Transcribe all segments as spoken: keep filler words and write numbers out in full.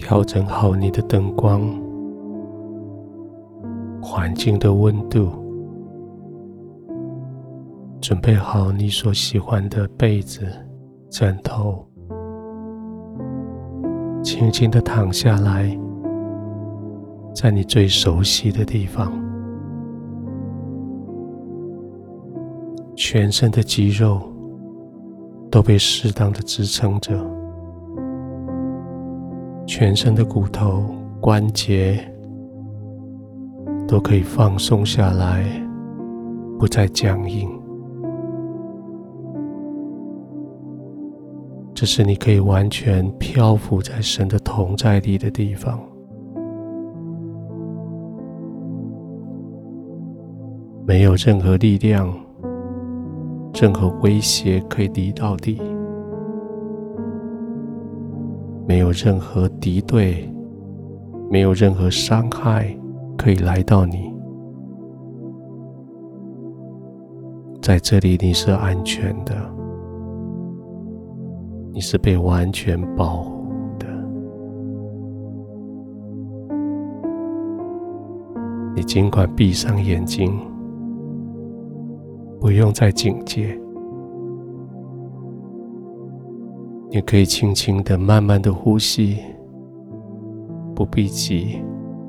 调整好你的灯光、环境的温度，准备好你所喜欢的被子、枕头，轻轻地躺下来，在你最熟悉的地方，全身的肌肉都被适当的支撑着，全身的骨头、关节都可以放松下来，不再僵硬。这是你可以完全漂浮在神的同在里的地方。没有任何力量、任何威胁可以离到你，没有任何敌对，没有任何伤害可以来到你。在这里你是安全的，你是被完全保护的。你尽管闭上眼睛，不用再警戒，你可以轻轻的、慢慢的呼吸，不必急。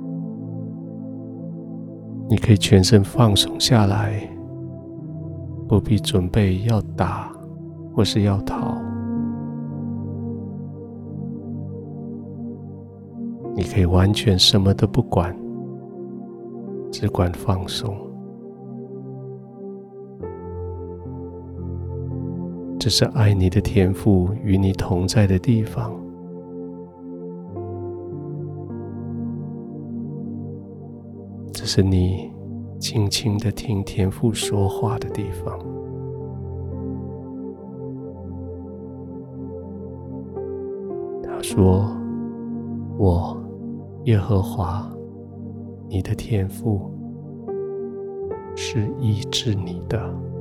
你可以全身放松下来，不必准备要打或是要逃。你可以完全什么都不管，只管放松。这是爱你的天父与你同在的地方。这是你轻轻地听天父说话的地方。他说：我耶和华你的天父是医治你的，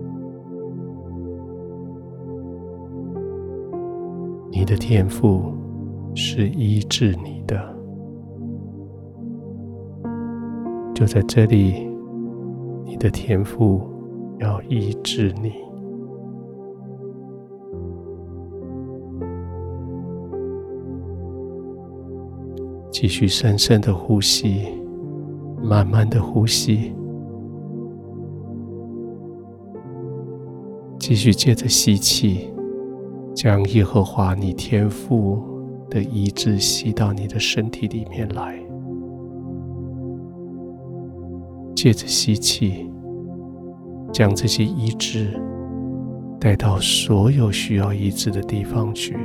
你的天父是医治你的。就在这里，你的天父要医治你。继续深深的呼吸，慢慢的呼吸，继续借着吸气，将耶和华你天父的医治吸到你的身体里面来。借着吸气，将这些医治带到所有需要医治的地方去。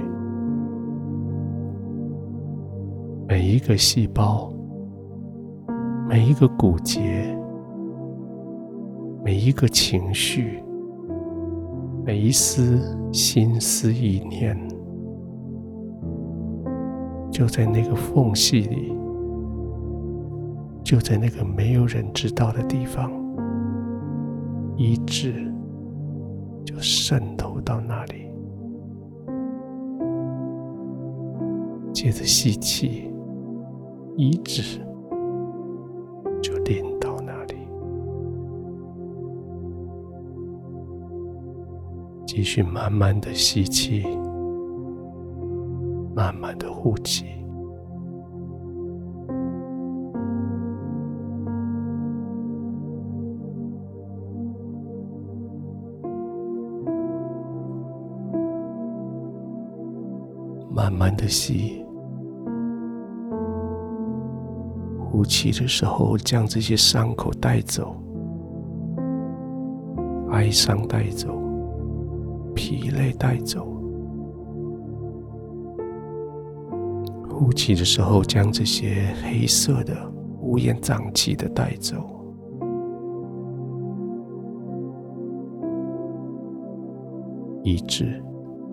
每一个细胞，每一个骨节，每一个情绪，每一丝心思意念，就在那个缝隙里，就在那个没有人知道的地方，医治就渗透到那里。接着吸气，医治就临到那里。继续慢慢的吸气，慢慢的呼气。慢慢的吸，呼气的时候将这些伤口带走，哀伤带走，疲累带走。呼气的时候将这些黑色的乌烟瘴气的带走。医治，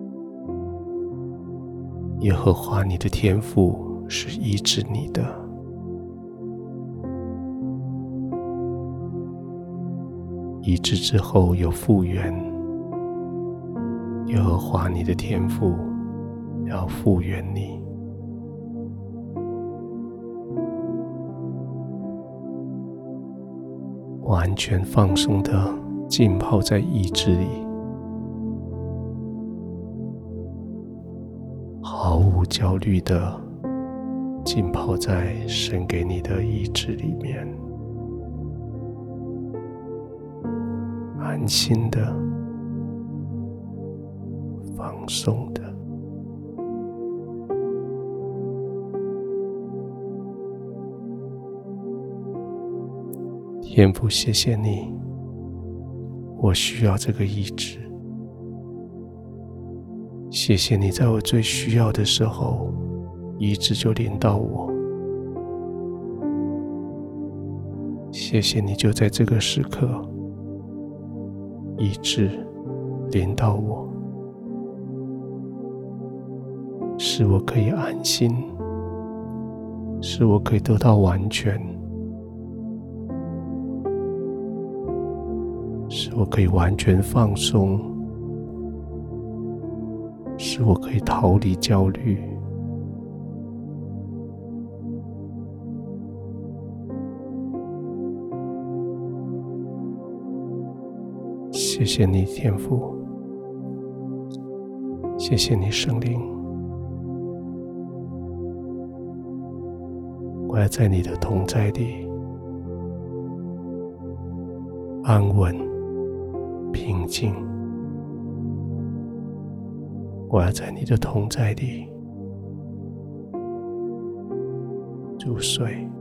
耶和华你的天父是医治你的。医治之后有复原，耶和华你的天父要复原你。 完全放松的浸泡在意志里，毫无焦虑的浸泡在神给你的意志里面，安心的，放松的。天父，谢谢你，我需要这个医治。谢谢你在我最需要的时候，医治就临到我。谢谢你就在这个时刻，医治临到我，使我可以安心，使我可以得到完全，使我可以完全放松，使我可以逃离焦虑。谢谢你，天父，谢谢你，圣灵。我要在你的同在里安稳平静，我要在你的同在里入睡。